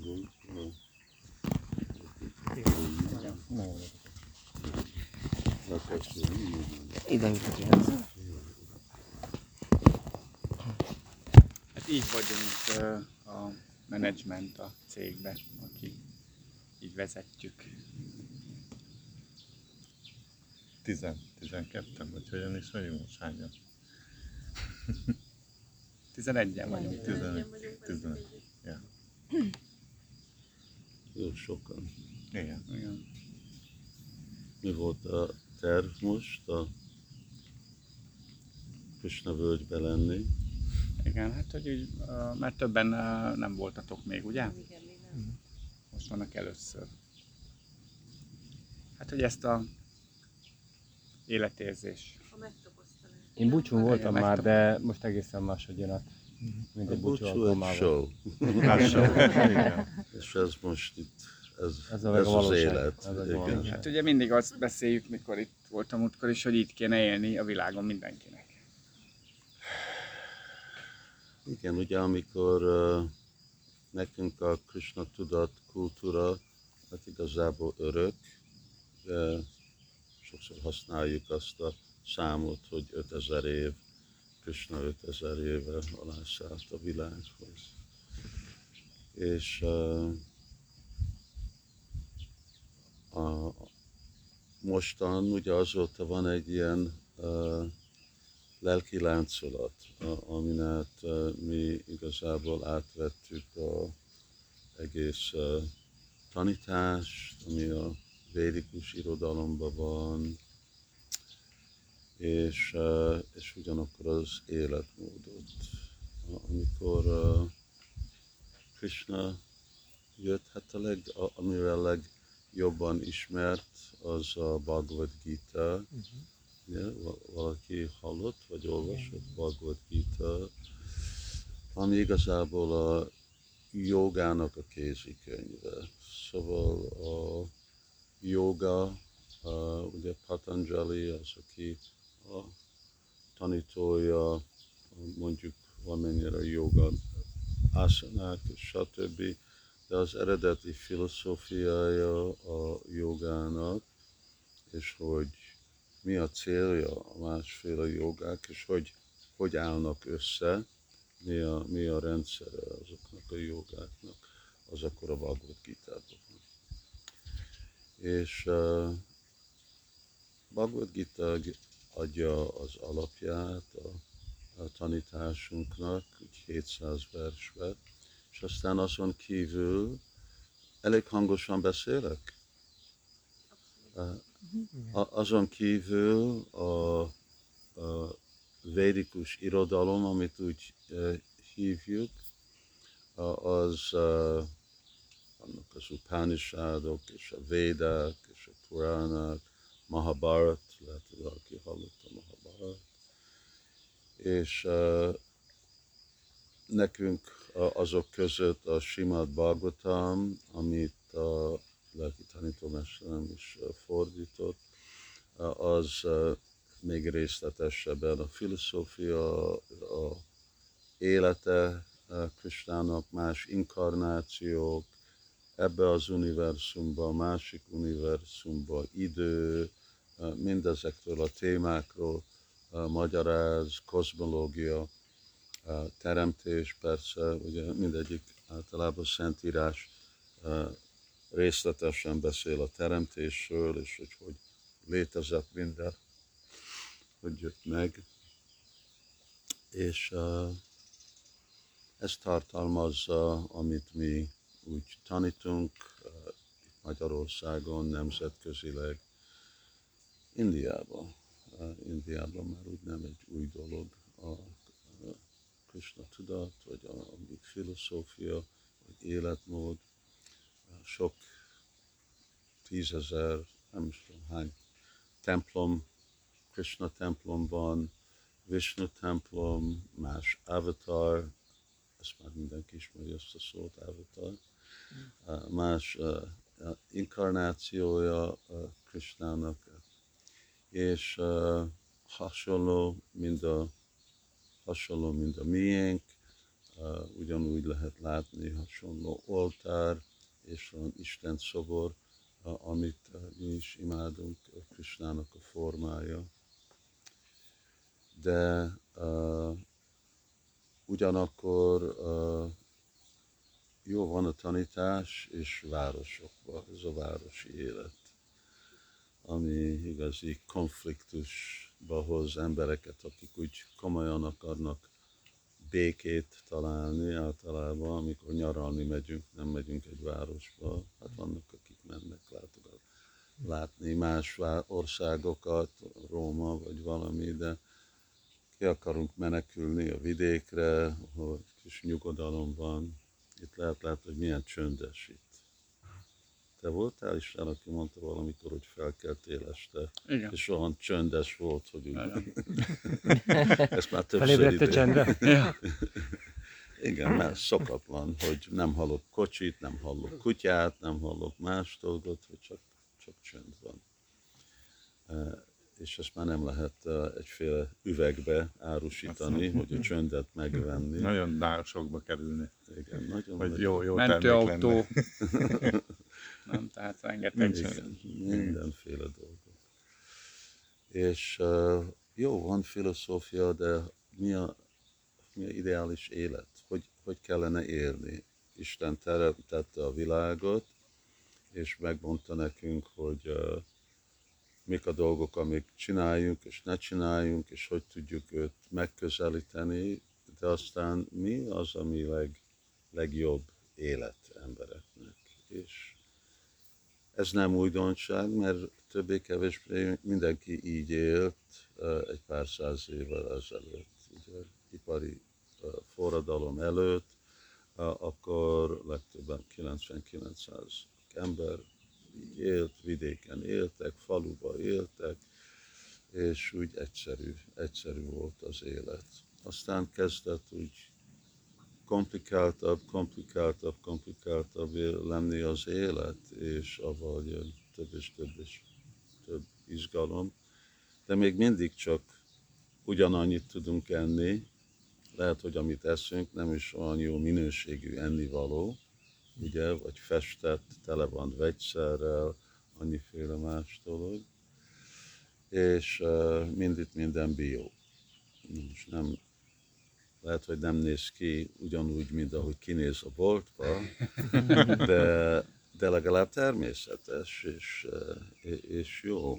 volt. Ide jutott. Hát így vagyunk a menedzsment a cégbe, aki így vezetjük. 12-en, vagy hogyan is vagyunk most hányan? 11-en vagyunk. 11. Ja. Jó sokan. Igen. Igen. Mi volt a terv most a Krishna völgybe lenni? Igen, hát hogy úgy, mert többen nem voltatok még, ugye? Igen, még nem. Most vannak először. Hát, hogy ezt a életérzés. Ha megtapasztalás. Én búcsún voltam Igen, már, de most egészen máshogy jön át. Mint A egy búcsú búcsú egy alkalmával. show. Igen. És ez most itt, ez Ez a az valóság. élet. Ez a Igen. valóság. Hát ugye mindig azt beszéljük, mikor itt voltam múltkor is, hogy itt kéne élni a világon mindenkinek. Igen, ugye amikor nekünk a Krishna tudat kultúra, hát igazából örök, de sokszor használjuk azt a számot, hogy 5000 év, Krishna 5000 éve alászállt a világhoz. És mostan ugye azóta van egy ilyen lelki láncolat, aminet mi igazából átvettük az egész tanítást, ami a védikus irodalomban van, és ugyanakkor az életmódot. Amikor Krishna jött, hát amivel legjobban ismert, az a Bhagavad Gita. Ja, valaki hallott, vagy olvasott Bhagavad Gita, ami igazából a jogának a kézikönyve. Szóval a joga, ugye Patanjali az, aki a tanítója, mondjuk valamennyire joga, asanák és stb. De az eredeti filozófiája a jogának, és hogy mi a célja a másféle jogák, és hogy állnak össze, mi a rendszere azoknak a jogáknak, az akkor a Bhagavad Gitában van. És Bhagavad Gita adja az alapját a tanításunknak, 700 versbe, és aztán azon kívül elég hangosan beszélek. Azon kívül a védikus irodalom, amit úgy hívjuk, annak az Upanishadok, és a Védák, és a Puránák, Mahabharat, lehet, hogy valaki hallott a Mahabharat, és nekünk azok között a Srimad Bhagavatam, amit a lelki tanítómesterem is fordított, az még részletesebben a filozófia, a élete Krishnának, más inkarnációk, ebbe az univerzumba, a másik univerzumba, idő, mindezekről a témákról magyaráz, kozmológia, teremtés, persze, ugye mindegyik általában Szentírás részletesen beszél a teremtésről, és hogy létezett minden, hogy jött meg. És ez tartalmazza, amit mi úgy tanítunk itt Magyarországon, nemzetközileg, Indiában. Indiában már úgy nem egy új dolog a Krishna tudat, vagy a filozófia, vagy életmód. Sok 10 000, nem is tudom hány templom, Krishna templom van, Vishnu templom, más avatar, ezt már mindenki ismeri ezt a szót, avatar, más inkarnációja Krishnának, és hasonló, mint a miénk, ugyanúgy lehet látni hasonló oltár, és van Isten szobor, amit mi is imádunk, Krisnának a formája. De ugyanakkor jó van a tanítás és városokban, ez a városi élet, ami igazi konfliktusba hoz embereket, akik úgy komolyan akarnak békét találni általában, amikor nyaralni megyünk, nem megyünk egy városba. Hát vannak, akik mennek látni más országokat, Róma vagy valami, de ki akarunk menekülni a vidékre, ahol kis nyugodalom van. Itt lehet, hogy milyen csöndes itt. Te voltál is, aki mondta valamikor, hogy felkeltél este, Igen. és olyan csöndes volt, hogy úgy... Ezt már többször Felébredt a csendre? Ja. Igen, mert szokatlan, hogy nem hallok kocsit, nem hallok kutyát, nem hallok más dolgot, hogy csak csönd van. És ezt már nem lehet egyféle üvegbe árusítani, hogy a csöndet megvenni. Nagyon sokba kerülni. Igen, nagyon Vagy nagy- jó Mentőautó. termék Nem, tehát rengeteg. Igen, mindenféle dolgot. És jó, van filozófia, de mi a ideális élet? Hogy kellene élni? Isten teremtette a világot, és megmondta nekünk, hogy mik a dolgok, amik csináljunk és ne csináljunk, és hogy tudjuk őt megközelíteni, de aztán mi az, ami legjobb élet embereknek. És ez nem újdonság, mert többé-kevésbé mindenki így élt egy pár száz évvel ezelőtt. Ugye, ipari forradalom előtt, akkor legtöbben 99% ember így élt, vidéken éltek, faluba éltek, és úgy egyszerű volt az élet. Aztán kezdett úgy komplikáltabb lenni az élet, és avval jön több és több izgalom. De még mindig csak ugyanannyit tudunk enni, lehet, hogy amit eszünk nem is olyan jó minőségű ennivaló, ugye, vagy festett, tele van vegyszerrel, annyiféle más dolog, és minden bio. Most nem, lehet, hogy nem néz ki ugyanúgy, mint ahogy kinéz a boltba, de legalább természetes, és jó,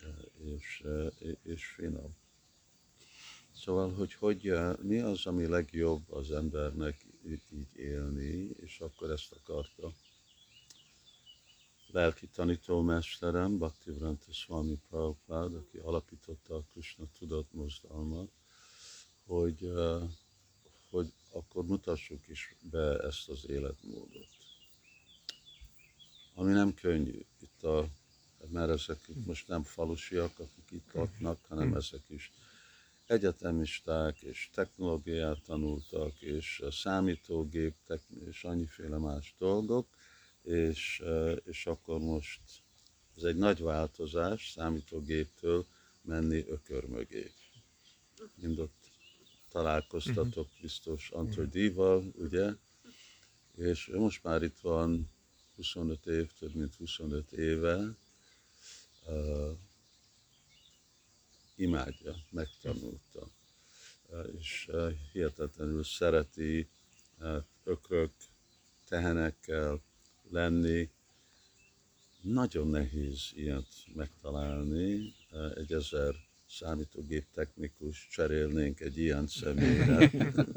és finom. Szóval, hogy mi az, ami legjobb az embernek így élni, és akkor ezt akarta lelki tanítómesterem, Bhaktivedanta Swami Prabhupád, aki alapította a Krishna tudatmozdalmat, hogy akkor mutassuk is be ezt az életmódot. Ami nem könnyű. Mert ezek most nem falusiak, akik itt laknak, hanem ezek is egyetemisták, és technológiát tanultak, és számítógép, és annyiféle más dolgok, és akkor most ez egy nagy változás számítógéptől menni ökör mögé. Mind ott találkoztatok biztos Antodival, ugye? És ő most már itt van 25 év, több mint 25 éve, imádja, megtanulta, és hihetetlenül szereti ökrök, tehenekkel lenni. Nagyon nehéz ilyet megtalálni, 1000 számítógép technikus cserélnénk egy ilyen személyre,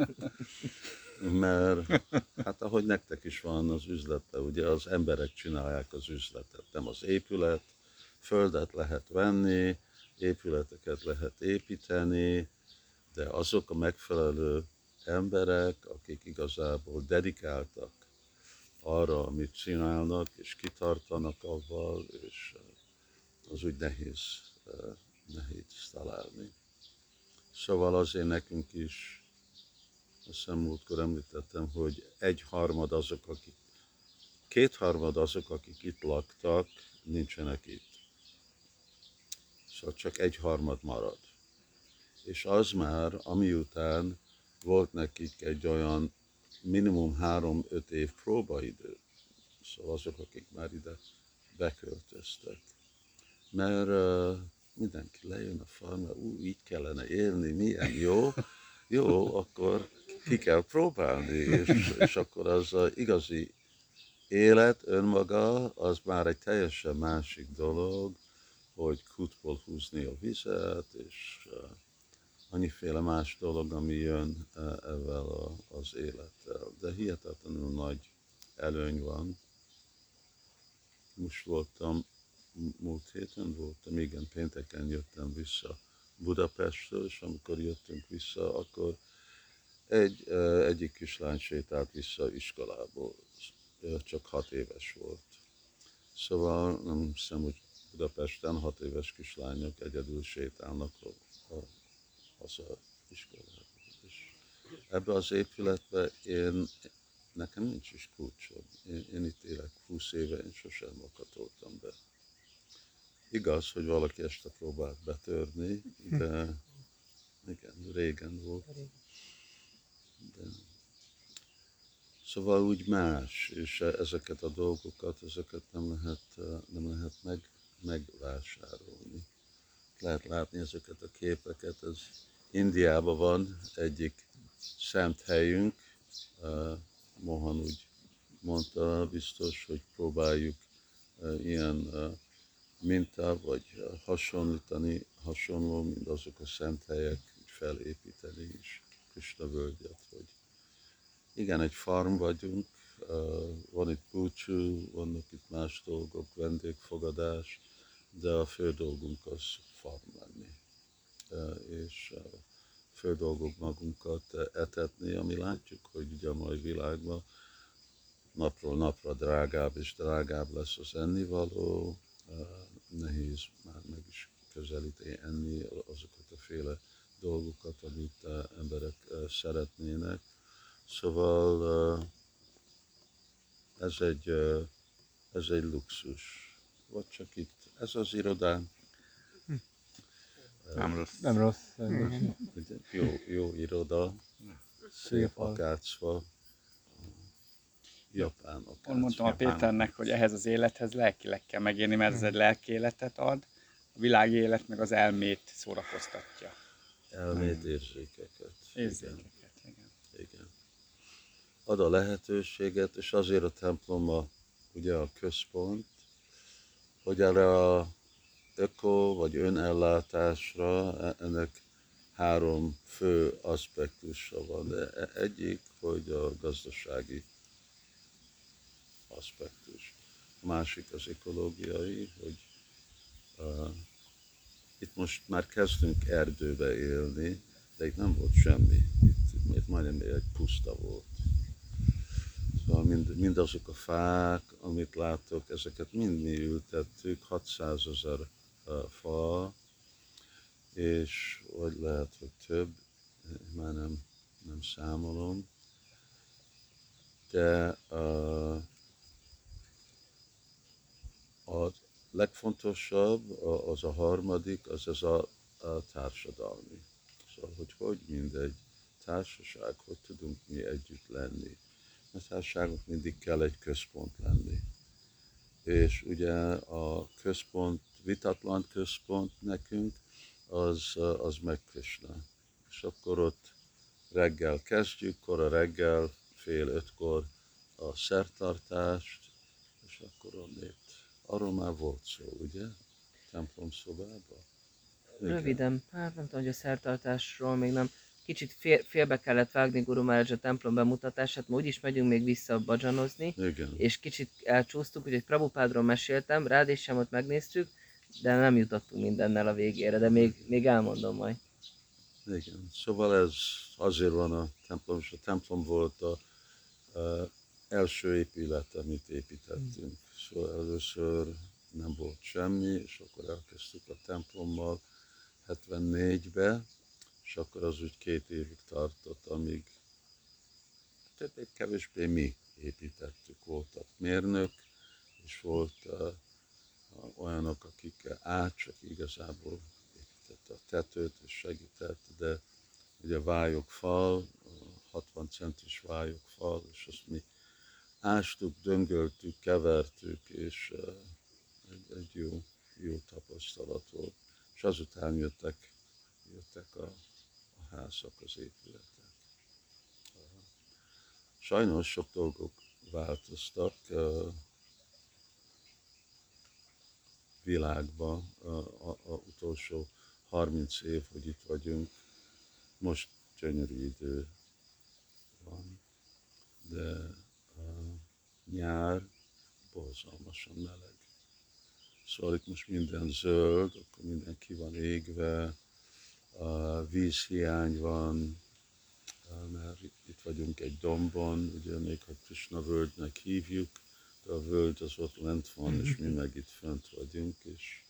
mert hát ahogy nektek is van az üzletben, ugye az emberek csinálják az üzletet, nem az épület, földet lehet venni, épületeket lehet építeni, de azok a megfelelő emberek, akik igazából dedikáltak arra, amit csinálnak, és kitartanak avval, és az úgy nehéz találni. Szóval azért nekünk is, azt hiszem múltkor említettem, hogy 1/3 azok, akik, 2/3 azok, akik itt laktak, nincsenek itt. Szóval csak 1/3 marad. És az már, amiután volt nekik egy olyan minimum 3-5 év próbaidő. Szóval azok, akik már ide beköltöztek. Mert mindenki lejön a farmra, így kellene élni, milyen jó, jó, akkor ki kell próbálni, és akkor az igazi élet önmaga, az már egy teljesen másik dolog, hogy kútból húzni a vizet, és annyiféle más dolog, ami jön ezzel az élettel. De hihetetlenül nagy előny van. Most voltam, múlt héten voltam, igen, pénteken jöttem vissza Budapestről, és amikor jöttünk vissza, akkor egyik kislány sétált vissza iskolából, csak 6 éves volt. Szóval nem hiszem, hogy Budapesten 6 éves kislányok egyedül sétálnak haza iskolába. És ebbe az épületbe nekem nincs is kulcsom. Én itt élek 20 éve, én sosem lakatoltam be. Igaz, hogy valaki este próbált betörni, de igen, régen volt. De... Szóval úgy más, és ezeket a dolgokat, ezeket nem lehet megvásárolni. Lehet látni ezeket a képeket, ez Indiában van egyik szent helyünk, Mohan úgy mondta, biztos, hogy próbáljuk ilyen minta, vagy hasonló, mint azok a szent helyek, felépíteni is Krishna völgyet, vagy igen, egy farm vagyunk, van itt búcsú, vannak itt más dolgok, vendégfogadás, de a fő dolgunk az farm lenni. És fő dolgok magunkat etetni, ami látjuk, hogy ugye a mai világban napról napra drágább és drágább lesz az ennivaló, nehéz már meg is közelíteni, enni azokat a féle dolgokat, amit emberek szeretnének. Szóval ez egy luxus. Vagy csak itt, ez az irodán. Nem rossz. Nem rossz. Jó iroda, szép akácfa, japán akácfa. Mondtam a Péternek, hogy ehhez az élethez lelkileg kell megélni, mert ez egy lelki életet ad, a világi élet meg az elmét szórakoztatja. Elmét, érzékeket. Érzékeket, Igen. Ad a lehetőséget, és azért a templom ugye a központ, hogy erre a öko vagy önellátásra ennek 3 fő aspektusa van. De egyik, hogy a gazdasági aspektus. A másik az ökológiai, hogy itt most már kezdünk erdőbe élni, de itt nem volt semmi. Itt majdnem egy puszta volt. Szóval mindazok a fák, amit látok, ezeket mind mi ültettük, 600 000 fa, és vagy lehet, hogy több, már nem számolom, de a legfontosabb, az a harmadik, az ez a társadalmi. Szóval, hogy mindegy társaság, hogy tudunk mi együtt lenni. A társaságnak mindig kell egy központ lenni. És ugye a központ, vitatlan központ nekünk, az meg Krishna. És akkor ott reggel kezdjük, kora reggel, 4:30 a szertartást, és akkor onnét. Arról már volt szó, ugye? Templom szobában? Röviden, hát nem tudom, hogy a szertartásról még nem. Kicsit félbe kellett vágni Guru Maharaj a templom bemutatását, ma úgyis megyünk még vissza badzsanozni, Igen. és kicsit elcsúsztuk, úgyhogy Prabhupádról meséltem, Rádésámot megnéztük, de nem jutottunk mindennel a végére, de még elmondom majd. Igen. Szóval ez azért van a templom, és a templom volt a első épület, amit építettünk. Szóval először nem volt semmi, és akkor elkezdtük a templommal 74-be, és akkor az úgy 2 évig tartott, amíg többé-kevésbé mi építettük. Voltak mérnök, és volt olyanok, akik csak igazából építette a tetőt, és segített, de ugye vályok fal, 60 centis vályogfal, és azt mi ástuk, döngöltük, kevertük, és egy jó tapasztalat volt. És azután jöttek a házak, az épületek. Sajnos sok dolgok változtak világban a utolsó 30 év, hogy itt vagyunk. Most gyönyörű idő van, de nyár borzalmasan meleg. Szóval itt most minden zöld, akkor minden ki van égve, vízhiány van, mert itt vagyunk egy dombon, ugye még ha Krishna völgynek hívjuk, de a völgy az ott lent van, és mi meg itt fönt vagyunk, és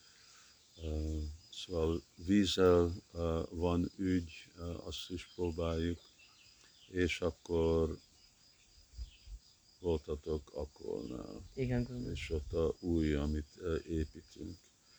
szóval vízzel van ügy, azt is próbáljuk, és akkor voltatok Akolnál, Igen, Guru Maharaj. és ott a új, amit építünk,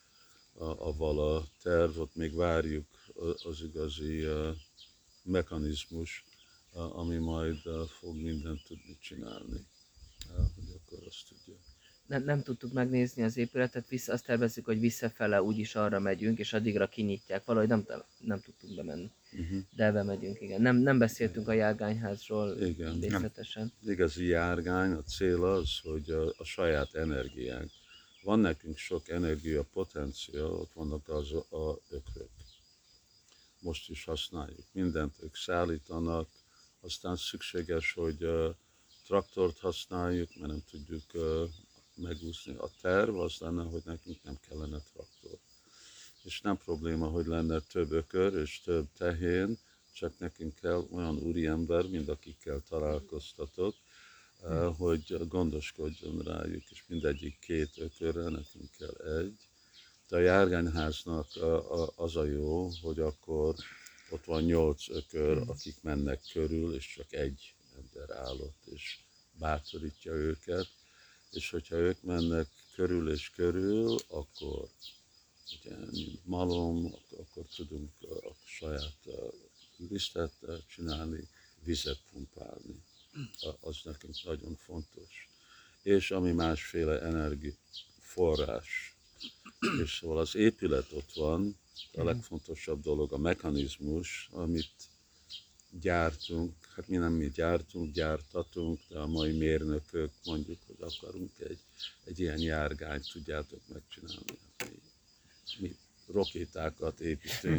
a vala terv, ott még várjuk az igazi mechanizmus, ami majd fog mindent tudni csinálni, hogy akkor azt tudja. Nem tudtuk megnézni az épületet, azt tervezzük, hogy visszafele úgyis arra megyünk, és addigra kinyitják. Valahogy nem tudtunk bemenni. De bemegyünk, igen. Nem beszéltünk a járgányházról Igen. részletesen. Igazi járgány, a cél az, hogy a saját energiánk. Van nekünk sok energia potenciál, ott vannak a ökrök. Most is használjuk. Mindent ők szállítanak, aztán szükséges, hogy traktort használjuk, mert nem tudjuk megúszni. A terv az lenne, hogy nekünk nem kellene traktor. És nem probléma, hogy lenne több ökör és több tehén, csak nekünk kell olyan úriember, mint akikkel találkoztatok, hogy gondoskodjon rájuk, és mindegyik 2 ökörre, nekünk kell 1. De a járgányháznak az a jó, hogy akkor ott van 8 ökör, akik mennek körül, és csak 1 ember állott, és bátorítja őket, és hogyha ők mennek körül és körül, akkor ugye, mint malom, akkor tudunk a saját lisztet csinálni, vizet pumpálni. Az nekünk nagyon fontos. És ami másféle energiaforrás. És szóval az épület ott van, a legfontosabb dolog a mechanizmus, amit gyártunk, hát mi gyártunk, gyártatunk, de a mai mérnökök mondjuk, hogy akarunk egy ilyen járgányt, tudjátok megcsinálni. Mi rakétákat építünk,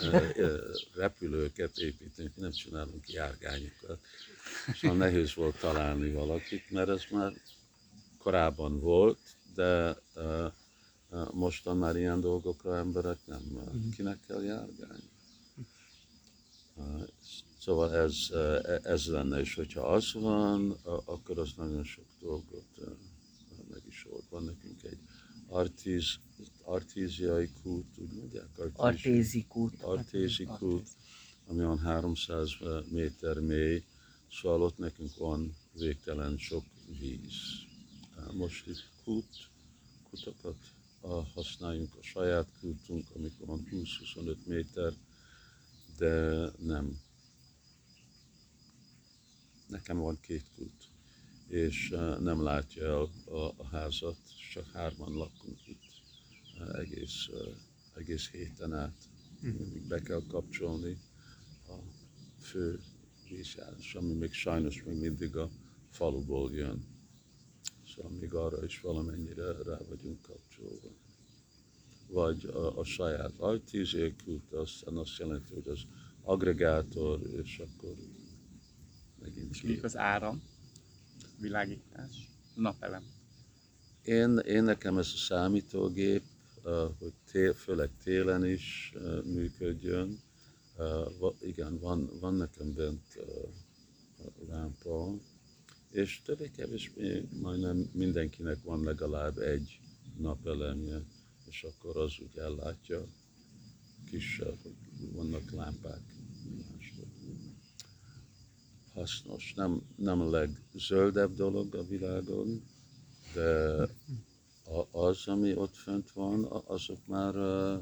repülőket építünk, nem csinálunk járgányokat. Szóval nehéz volt találni valakit, mert ez már korábban volt, de mostan már ilyen dolgokra emberek nem. Kinek kell járgány? Szóval ez lenne, és hogyha az van, akkor az nagyon sok dolgot meg is old. Van nekünk egy artéziai kút, úgy mondják? Artézi kút, ami van 300 méter mély, szóval ott nekünk van végtelen sok víz. Most itt kutakat használjunk, a saját kútunk, amikor van 20-25 méter, de nem. Nekem van 2 kút, és nem látja el a házat, csak 3-an lakunk itt egész héten át. Mindig be kell kapcsolni a fő vízjárás, ami még sajnos még mindig a faluból jön. Szóval még arra is valamennyire rá vagyunk kapcsolva. Vagy a saját artéziekút, aztán azt jelenti, hogy az agregátor, és akkor megint És mik az áram, világítás, napelem. Én nekem ez a számítógép, hogy főleg télen is működjön. Igen, van nekem bent lámpa, és többé-kevésbé majdnem mindenkinek van legalább egy napelemje, és akkor az úgy ellátja kisebb, hogy vannak lámpák. Hasznos. Nem a legzöldebb dolog a világon, de az, ami ott fönt van, azok már,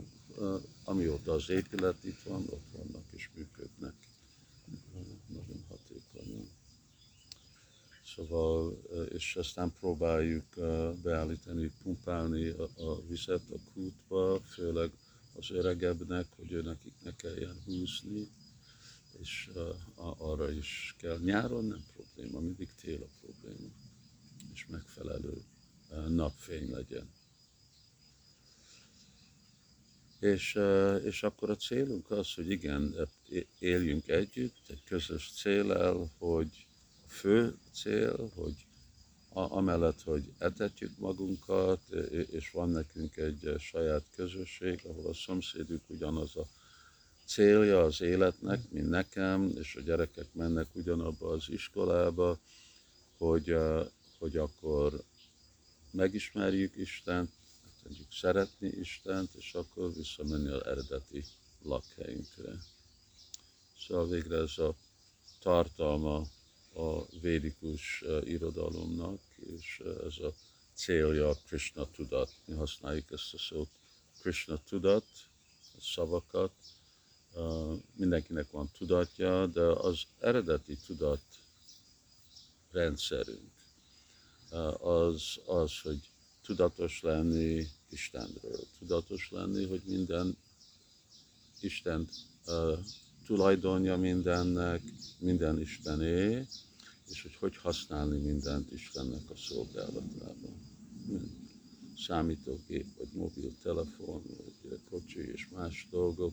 amióta az épület itt van, ott vannak és működnek. Nagyon hasznos. akarnak. Szóval, és aztán próbáljuk beállítani, pumpálni a vizet a kútba, főleg az öregebbnek, hogy ő nekik ne kelljen húzni, és arra is kell. Nyáron nem probléma, mindig tél a probléma, és megfelelő napfény legyen. És akkor a célunk az, hogy igen, éljünk együtt, egy közös céllel, hogy a fő cél, hogy amellett, hogy etetjük magunkat, és van nekünk egy saját közösség, ahol a szomszédjuk ugyanaz a célja az életnek, mint nekem, és a gyerekek mennek ugyanabba az iskolába, hogy akkor megismerjük Istent, tudjuk szeretni Istent, és akkor visszamenni az eredeti lakhelyünkre. Szóval végre ez a tartalma a védikus irodalomnak, és ez a célja a Krishna tudat. Mi használjuk ezt a szót, Krishna tudat, a szavakat. Mindenkinek van tudatja, de az eredeti tudat rendszerünk az, hogy tudatos lenni Istenről, tudatos lenni, hogy minden Isten tulajdonja mindennek, minden Istené, és hogy használni mindent Istennek a szolgálatában. Számítógép, vagy mobiltelefon, vagy kocsi és más dolgok,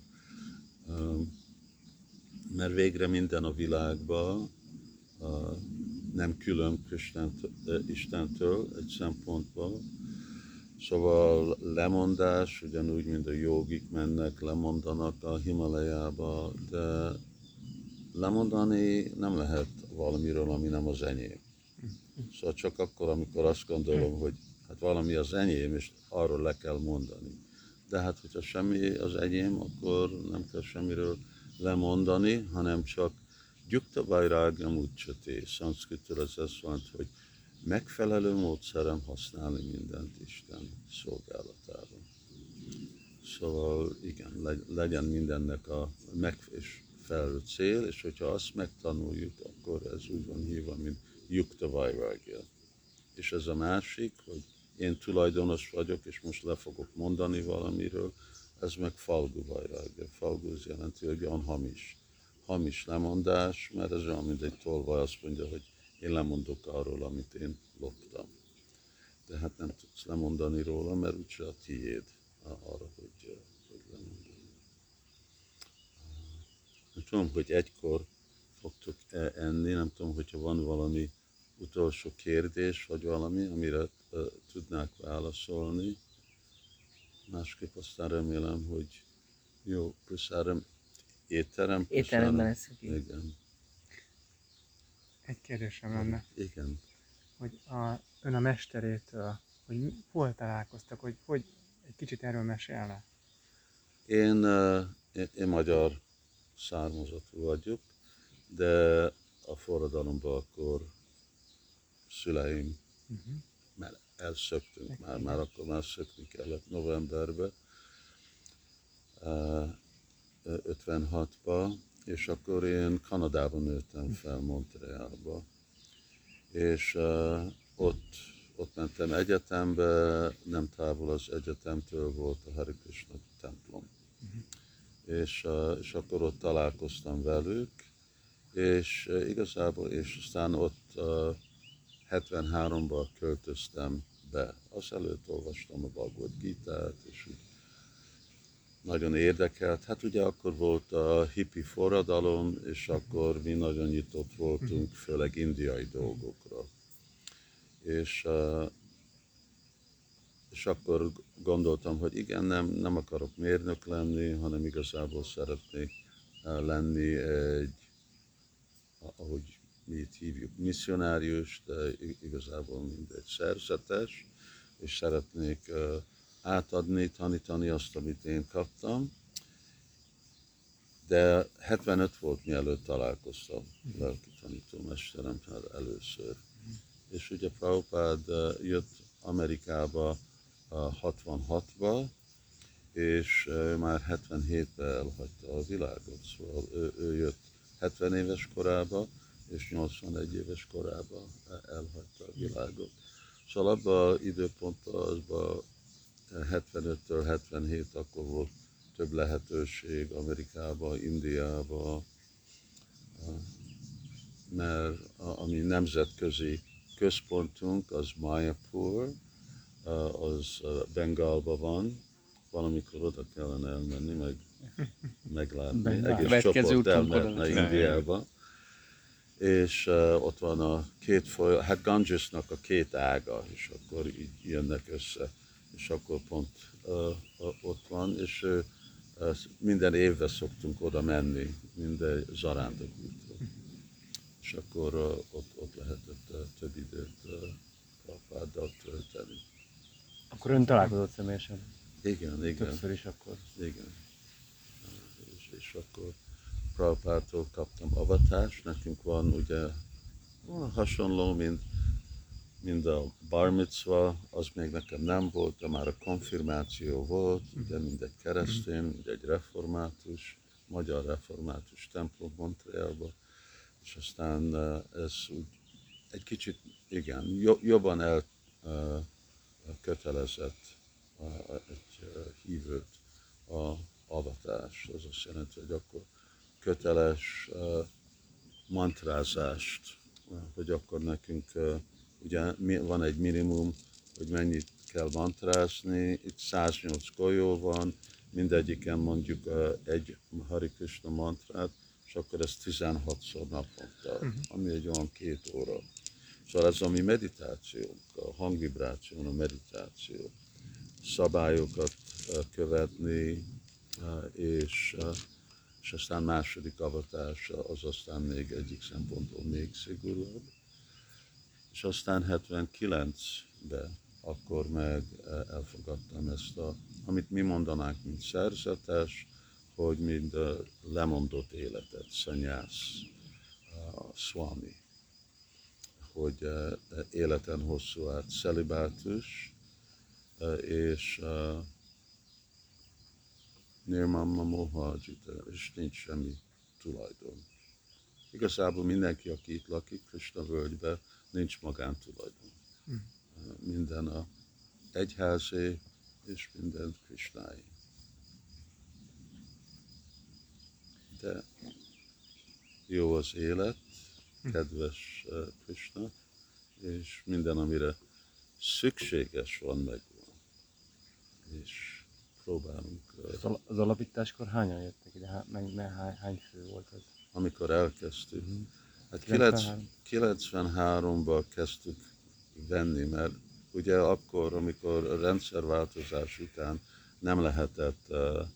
mert végre minden a világban nem külön Istentől egy szempontból. Szóval lemondás, ugyanúgy, mint a jogik mennek, lemondanak a Himalajába, de lemondani nem lehet valamiről, ami nem az enyém. Szóval csak akkor, amikor azt gondolom, hogy hát valami az enyém, és arról le kell mondani. De hát, hogyha semmi az enyém, akkor nem kell semmiről lemondani, hanem csak Gyukta Vairāgyam Uccsate, szanszkritül ez azt mondja, hogy megfelelő módszerem használni mindent Isten szolgálatában. Szóval igen, legyen mindennek a megfelelő cél, és hogyha azt megtanuljuk, akkor ez úgy van hívva, mint Jukta Vairāgya. És ez a másik, hogy én tulajdonos vagyok, és most le fogok mondani valamiről, ez meg Falgu Vairāgya. Falgu az jelenti, hogy olyan hamis lemondás, mert ez olyan, mint egy tolvaj azt mondja, hogy én lemondok arról, amit én loptam. De hát nem tudsz lemondani róla, mert úgyse a tiéd arra, hogy lemondani. Nem tudom, hogy egykor fogtok enni, nem tudom, hogyha van valami utolsó kérdés, vagy valami, amire tudnák válaszolni. Másképp aztán remélem, hogy jó, Prasadam, étterem. Étteremben eszünk. Igen. Egy kérdésem lenne, Igen. hogy ön a mesterétől, hogy hol találkoztak, hogy egy kicsit erről mesélne? Én magyar származatú vagyok, de a forradalomban akkor szüleim, mert elszöktünk, már akkor már szökni kellett novemberben, 56-ba, és akkor én Kanadában nőttem fel, Montrealba, és ott mentem egyetembe, nem távol az egyetemtől volt a Hare Krishna templom. És akkor ott találkoztam velük, és igazából, és aztán ott 73-ban költöztem be. Azelőtt olvastam a Bhagavad Gitát, és úgy nagyon érdekelt. Hát ugye akkor volt a hippi forradalom, és akkor mi nagyon nyitott voltunk, főleg indiai dolgokra. És akkor gondoltam, hogy igen, nem akarok mérnök lenni, hanem igazából szeretnék lenni egy, ahogy mi itt hívjuk, misszionárius, de igazából mindegy szerzetes, és szeretnék átadni, tanítani azt, amit én kaptam. De 75 volt, mielőtt találkoztam lelki tanítómesteremmel először. És ugye Prabhupád jött Amerikába 66-ba, és már 77-ben elhagyta a világot. Szóval ő jött 70 éves korába, és 81 éves korában elhagyta a világot. Szóval abban az időpontban, azban 75-től 77 akkor volt több lehetőség Amerikában, Indiában, mert a mi nemzetközi központunk az Mayapur, az Bengálban van, valamikor oda kellene elmenni, meglátni, egész Következő csoport utunk oda elmenne megy. Indiába. És ott van a két folyó, hát Gangesnak a két ága, és akkor így jönnek össze, és akkor pont ott van, és minden évben szoktunk oda menni, minden zarándokútról. És akkor ott lehetett több időt Prabhupáddal tölteni. Akkor ön találkozott személyesen? Igen. Többször is akkor. Igen. És akkor Prabhupától kaptam avatást, nekünk van ugye hasonló, mint a bar mitzva, az még nekem nem volt, de már a konfirmáció volt, ugye mind egy keresztény, mind egy református, magyar református templom Montrealban, és aztán ez úgy egy kicsit, igen, jobban elkötelezett egy hívőt a avatás. Az azt jelenti, hogy akkor köteles mantrázást, hogy akkor nekünk ugye van egy minimum, hogy mennyit kell mantrázni. Itt 108 golyó van, mindegyiken mondjuk egy Hare Krishna mantrát, és akkor ez 16-szor naponta, ami egy olyan 2 óra. Szóval ez a mi meditációnk, a hangvibráció, a meditáció, szabályokat követni, és aztán második avatása az aztán még egyik szempontból még szigorúbb. És aztán 79-ben akkor meg elfogadtam ezt amit mi mondanánk, mint szerzetes, hogy mind lemondott életet, szanyász, swami, hogy életen hosszú át celibátus, és nirmamma mohajita, és nincs semmi tulajdon. Igazából mindenki, aki itt lakik Krishna völgyben, nincs magántulajdon. Minden a egyházé, és minden Krishnái. De jó az élet, kedves Krishna, és minden, amire szükséges van, megvan. És próbálunk. Az alapításkor hányan jöttek ide? Hány fő volt az? Amikor elkezdtük, hát 93-ban kezdtük venni, mert ugye akkor, amikor a rendszerváltozás után nem lehetett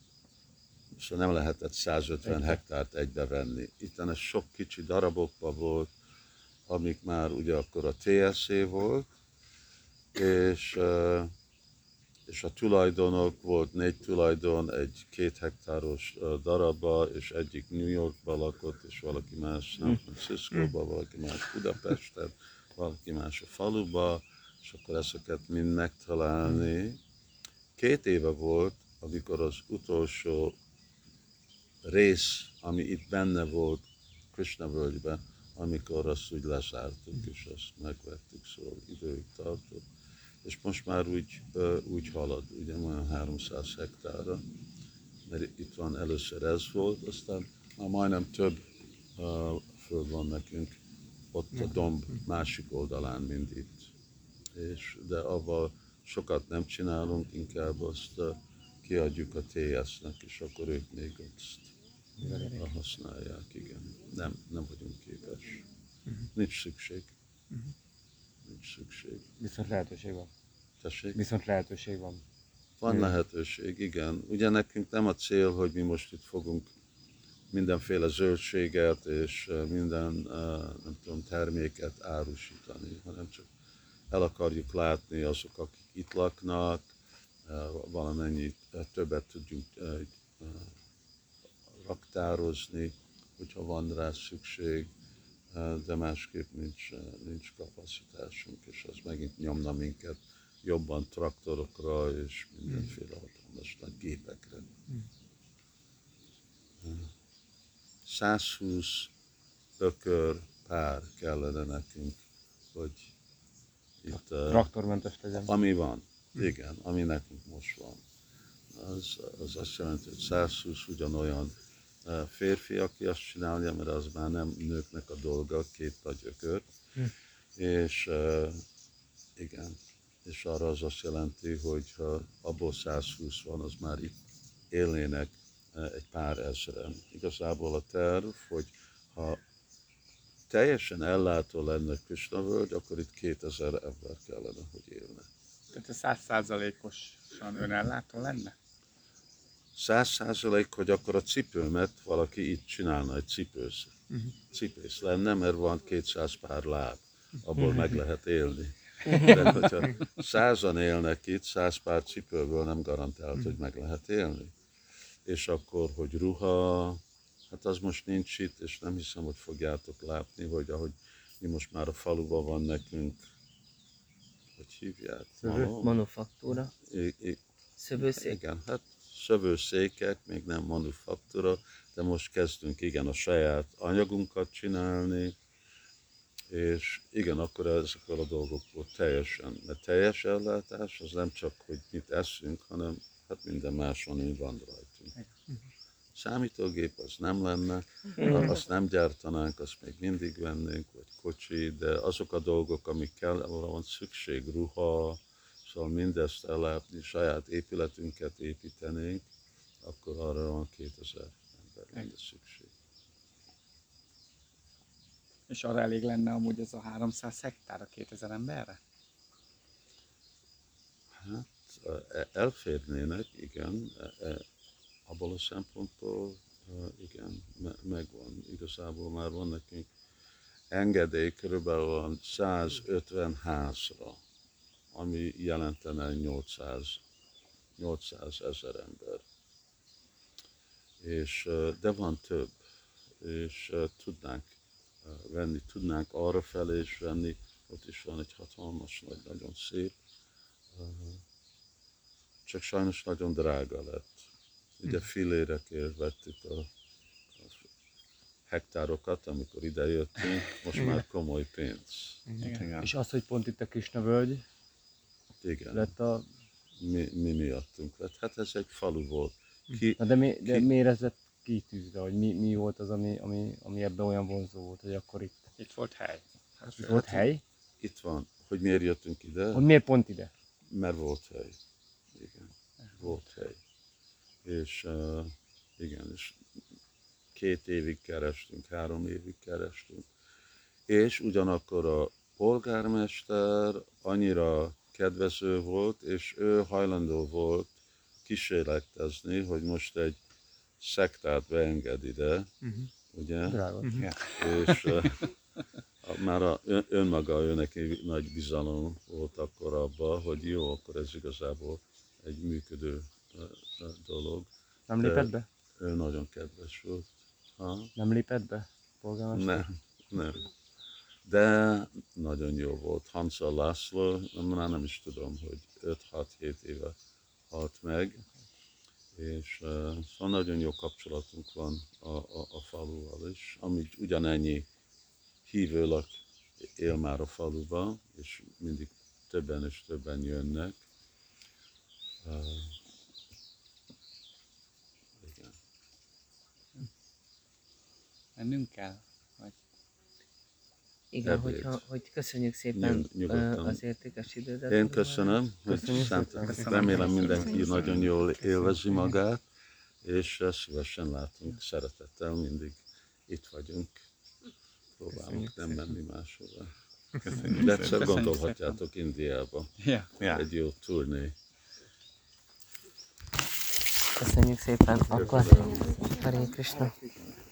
150 hektárt egybe venni. Itten ez sok kicsi darabokban volt, amik már ugye akkor a TSC volt, és a tulajdonok volt 4 tulajdon, egy 2 hektáros darabba, és egyik New Yorkba lakott, és valaki más San Franciscoba, valaki más Budapesten, valaki más a faluba, és akkor ezeket mind megtalálni. 2 éve volt, amikor az utolsó rész, ami itt benne volt Krishna völgyben, amikor azt úgy lezártuk, és azt megvettük, szóval időig tartott. És most már úgy halad, ugye olyan 300 hektárra, mert itt van először ez volt, aztán már majdnem több föld van nekünk ott a domb másik oldalán, mint itt. De avval sokat nem csinálunk, inkább azt kiadjuk a TS-nek, és akkor ők még azt használják, igen. Nem vagyunk képes. Nincs szükség. Nincs szükség. Viszont lehetőség van. Tessék? Viszont lehetőség van. Van lehetőség, igen. Ugye nekünk nem a cél, hogy mi most itt fogunk mindenféle zöldséget és minden, nem tudom, terméket árusítani, hanem csak el akarjuk látni azok, akik itt laknak, valamennyi többet tudjunk raktározni, hogyha van rá szükség, de másképp nincs kapacitásunk, és az megint nyomna minket jobban traktorokra és mindenféle hatalmas nagy gépekre. 120 ökör pár kellene nekünk, hogy itt, Traktormentes legyen. ami van, igen, ami nekünk most van. Az azt jelenti, hogy 120 ugyanolyan férfi, aki azt csinálja, mert az már nem nőknek a dolga, 2 nagy ökör. És igen, és arra az azt jelenti, hogy ha abból 120 van, az már itt élnének egy pár ezren. Igazából a terv, hogy ha teljesen ellátó lenne Krishna völgy, akkor itt 2000 ember kellene, hogy élne. Tehát ez 100%-osan önellátó lenne? 100%, hogy akkor a cipőmet valaki itt csinálna, egy cipész lenne, mert van 200 pár láb, abból meg lehet élni. De hogyha 100-an élnek itt, 100 pár cipőből nem garantált, hogy meg lehet élni. És akkor, hogy ruha, hát az most nincs itt, és nem hiszem, hogy fogjátok látni, hogy ahogy mi most már a faluban van nekünk, hogy hívják? Manufaktúra. Szövőszék. Igen, hát szövőszékek, még nem manufaktúra, de most kezdünk igen a saját anyagunkat csinálni, és igen, akkor ezekkel a dolgokból teljesen, mert teljes ellátás az nem csak, hogy mit eszünk, hanem hát minden más van, van rajtunk. Számítógép az nem lenne, azt nem gyártanánk, azt még mindig vennénk, vagy kocsi, de azok a dolgok, amik kell, van szükség, ruha, szóval mindezt ellátni, saját épületünket építenénk, akkor arra van 2000 ember lenne szükség. És arra elég lenne amúgy ez a 300 hektár a 2000 emberre? Hát elférnének, igen, abból a szempontból igen, megvan. Igazából már van nekünk engedély, körülbelül van 150 házra, ami jelentene 800 000 ember. És, de van több, és tudnánk venni, tudnánk arra felé is venni, ott is van egy hatalmas, nagy, nagyon szép, csak sajnos nagyon drága lett. Ugye fillérekért vettük a hektárokat, amikor ide jöttünk, most már komoly pénz. Igen. És az, hogy pont itt a Krishna völgy Igen, lett a... mi miattunk lett. Hát ez egy falu volt. Na de miért ez lett kitűzve, hogy mi volt az, ami ebben olyan vonzó volt, hogy akkor itt Itt volt hely. volt hely? Itt van, hogy miért jöttünk ide? Hogy miért pont ide? Mert volt hely. Igen, volt hely. És igen, és 2 évig kerestünk, 3 évig kerestünk. És ugyanakkor a polgármester annyira kedvező volt, és ő hajlandó volt kísérletezni, hogy most egy szektát beenged ide, ugye? Drága. És már önmaga neki nagy bizalom volt akkor abban, hogy jó, akkor ez igazából egy működő dolog. Nem lépett be? Ő nagyon kedves volt. Nem lépett be, polgármester? Nem. De nagyon jó volt. Hansa László, már nem is tudom, hogy 5-6-7 éve halt meg, és szóval nagyon jó kapcsolatunk van a faluval is, ami ugyanennyi hívőlak él már a faluban, és mindig többen és többen jönnek. Igen. Mennünk kell? Vagy... Igen, Ebéd. hogy köszönjük szépen Nyugodtan. az értékes idődet. Én köszönöm, hogy remélem mindenki nagyon jól élvezi magát, és szívesen látunk, szeretettel mindig itt vagyunk. Próbálunk nem menni máshova. De egyszer gondolhatjátok Indiába, egy jó turné. Köszönjük szépen, akkor Hare Krishna.